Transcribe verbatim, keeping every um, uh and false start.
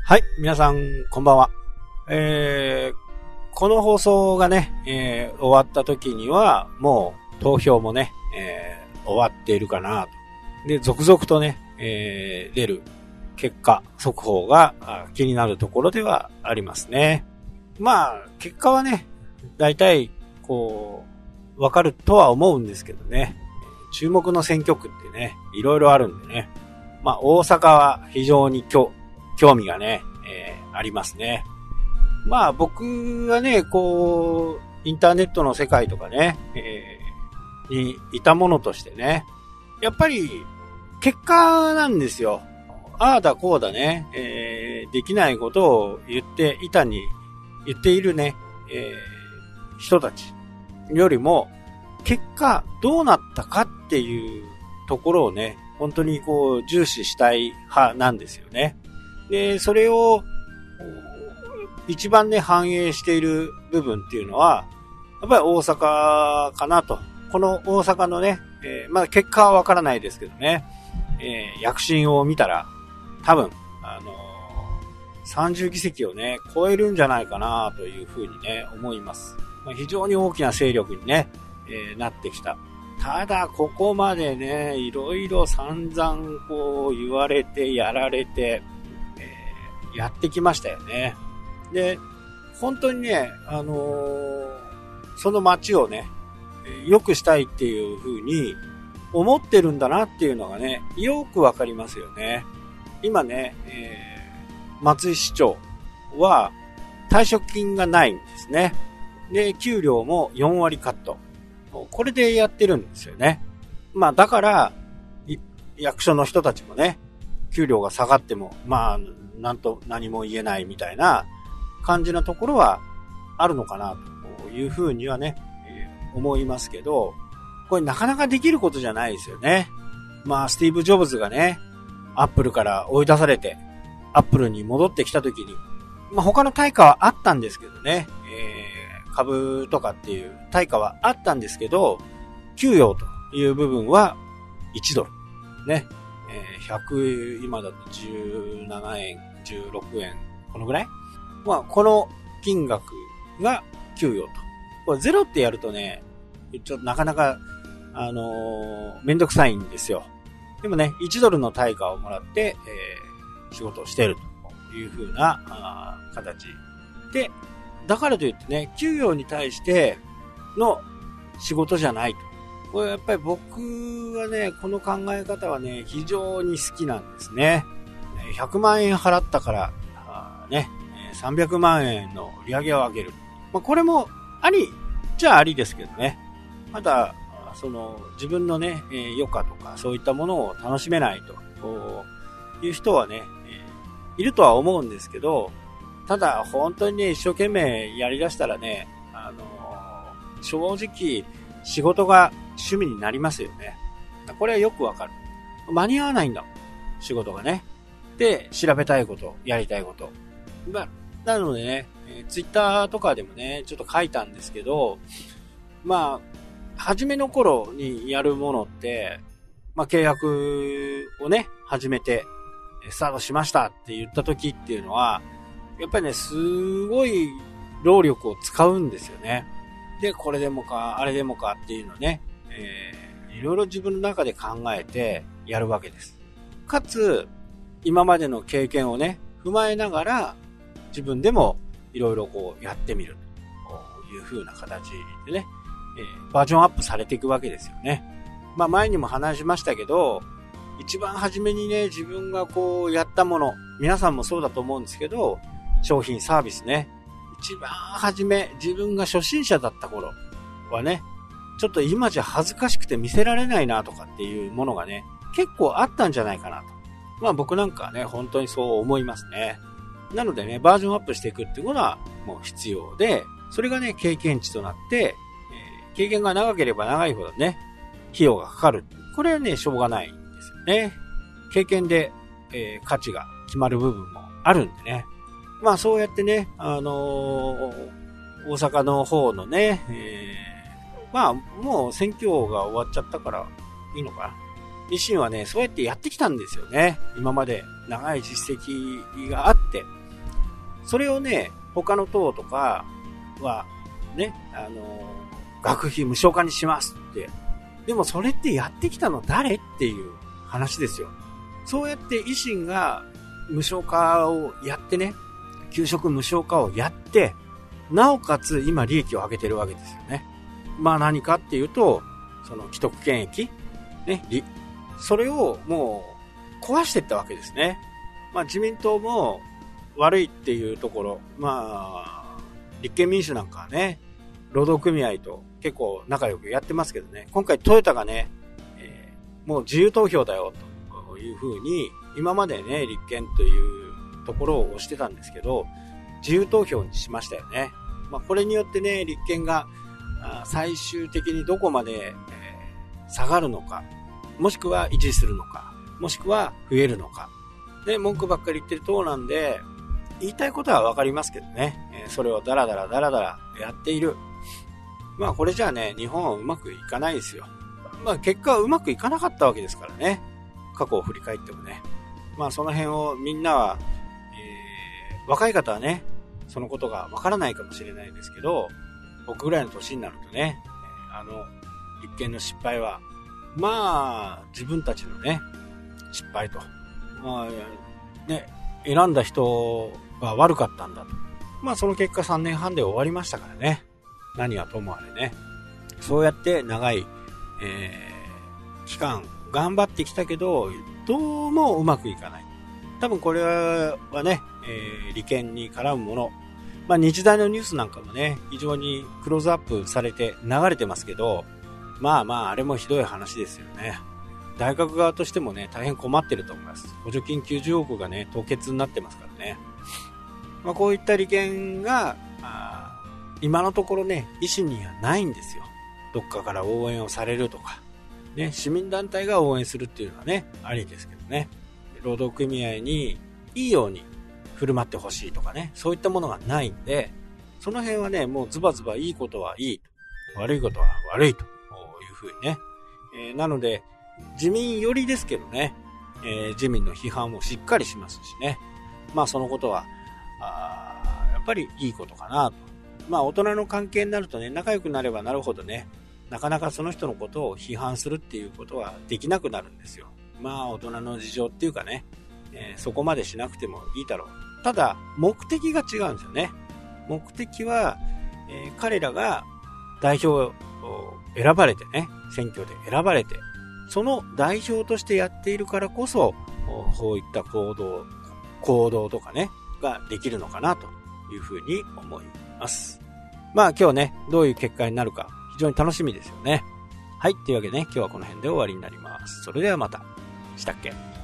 はい、皆さん、こんばんは。えー、この放送がね、えー、終わった時には、もう投票もね、えー、終わっているかなと。で、続々とね、えー、出る結果、速報が気になるところではありますね。まあ、結果はね、大体、こう、わかるとは思うんですけどね。注目の選挙区ってね、いろいろあるんでね。まあ、大阪は非常に興興味がね、えー、ありますね。まあ僕はね、こう、インターネットの世界とかね、えー、にいたものとしてね、やっぱり結果なんですよ。ああだこうだね、えー、できないことを言っていたに、言っているね、えー、人たちよりも、結果どうなったかっていうところをね、本当にこう重視したい派なんですよね。で、それを一番ね、反映している部分っていうのは、やっぱり大阪かなと。この大阪のね、えー、まあ結果はわからないですけどね、えー、躍進を見たら、多分、あのー、さんじゅうぎせきをね、超えるんじゃないかなというふうにね、思います。まあ、非常に大きな勢力にね、えー、なってきた。ただ、ここまでね、いろいろ散々こう言われて、やられて、やってきましたよね。で、本当にね、あのー、その街をね、良くしたいっていう風に思ってるんだなっていうのがね、よくわかりますよね。今ね、えー、松井市長は退職金がないんですね。で、給料もよんわりカット。これでやってるんですよね。まあだから、役所の人たちもね、給料が下がっても、まあ、なんと何も言えないみたいな感じなところはあるのかなというふうにはね、えー、思いますけど、これなかなかできることじゃないですよね。まあ、スティーブ・ジョブズがね、アップルから追い出されて、アップルに戻ってきたときに、まあ他の対価はあったんですけどね、えー、株とかっていう対価はあったんですけど、給与という部分はいちドル。ね。ひゃく、今だとじゅうななえん、じゅうろくえん、このぐらい？まあ、この金額が給与と。これゼロってやるとね、ちょっとなかなか、あのー、めんどくさいんですよ。でもね、いちドルの対価をもらって、えー、仕事をしているという風なあ形。で、だからといってね、給与に対しての仕事じゃないと。これやっぱり僕はね、この考え方はね、非常に好きなんですね。ひゃくまんえん払ったから、ね、さんびゃくまんえんの売り上げを上げる。まあ、これもあり、じゃあありですけどね。まだ、その、自分のね、余暇とかそういったものを楽しめないという人はね、いるとは思うんですけど、ただ本当にね、一生懸命やり出したらね、あの、正直、仕事が趣味になりますよね。これはよくわかる。間に合わないんだ。仕事がね。で、調べたいこと、やりたいこと。まあ、なのでね、えー、ツイッターとかでもね、ちょっと書いたんですけど、まあ、初めの頃にやるものって、まあ、契約をね、始めて、スタートしましたって言った時っていうのは、やっぱりね、すごい労力を使うんですよね。で、これでもか、あれでもかっていうのね、えー、いろいろ自分の中で考えてやるわけです。かつ、今までの経験をね、踏まえながら、自分でもいろいろこうやってみるという風な形でね、えー、バージョンアップされていくわけですよね。まあ前にも話しましたけど、一番初めにね、自分がこうやったもの、皆さんもそうだと思うんですけど、商品サービスね、一番初め、自分が初心者だった頃はね、ちょっと今じゃ恥ずかしくて見せられないなとかっていうものがね、結構あったんじゃないかなと。まあ僕なんかはね、本当にそう思いますね。なのでね、バージョンアップしていくっていうことはもう必要で、それがね、経験値となって、えー、経験が長ければ長いほどね、費用がかかる。これはね、しょうがないんですよね。経験で、えー、価値が決まる部分もあるんでね。まあそうやってね、あのー、大阪の方のね、えー、まあもう選挙が終わっちゃったからいいのかな。維新はね、そうやってやってきたんですよね。今まで長い実績があって、それをね、他の党とかは、ね、あの、学費無償化にしますって。でもそれってやってきたの誰っていう話ですよ。そうやって維新が無償化をやってね、給食無償化をやって、なおかつ今利益を上げてるわけですよね。まあ何かっていうと、その既得権益、ね、それをもう壊していったわけですね。まあ自民党も悪いっていうところ、まあ立憲民主なんかはね、労働組合と結構仲良くやってますけどね、今回トヨタがね、えー、もう自由投票だよというふうに、今までね、立憲というところを推してたんですけど、自由投票にしましたよね。まあこれによってね、立憲が最終的にどこまで、えー、下がるのか、もしくは維持するのか、もしくは増えるのか。で、文句ばっかり言ってる党なんで、言いたいことはわかりますけどね、えー、それをダラダラダラダラやっている。まあこれじゃあね、日本はうまくいかないですよ。まあ結果はうまくいかなかったわけですからね。過去を振り返ってもね。まあその辺をみんなは、えー、若い方はね、そのことがわからないかもしれないですけど、僕ぐらいの年になるとね、あの、立憲の失敗は、まあ、自分たちのね、失敗と。まあ、ね、選んだ人が悪かったんだと。まあその結果さんねんはんで終わりましたからね。何はともあれね。そうやって長い、えー、期間頑張ってきたけど、どうもうまくいかない。多分これはね、えー、利権に絡むもの。まあ日大のニュースなんかもね、非常にクローズアップされて流れてますけど、まあまああれもひどい話ですよね。大学側としてもね、大変困ってると思います。補助金きゅうじゅうおくがね、凍結になってますからね。まあこういった利権が、今のところね、維新にはないんですよ。どっかから応援をされるとか、ね、市民団体が応援するっていうのはね、ありですけどね。労働組合にいいように振る舞ってほしいとかね、そういったものがないんで、その辺はね、もうズバズバいいことはいい、悪いことは悪いというふうにね。えー、なので、自民寄りですけどね、えー、自民の批判もしっかりしますしね。まあそのことは、あやっぱりいいことかなと。まあ大人の関係になるとね、仲良くなればなるほどね、なかなかその人のことを批判するっていうことはできなくなるんですよ。まあ大人の事情っていうかね、えー、そこまでしなくてもいいだろう。ただ目的が違うんですよね。目的は、えー、彼らが代表を選ばれてね、選挙で選ばれて、その代表としてやっているからこそ、こういった行動、行動とかね、ができるのかなというふうに思います。まあ今日ね、どういう結果になるか非常に楽しみですよね。はい、というわけでね、今日はこの辺で終わりになります。それではまた。したっけ？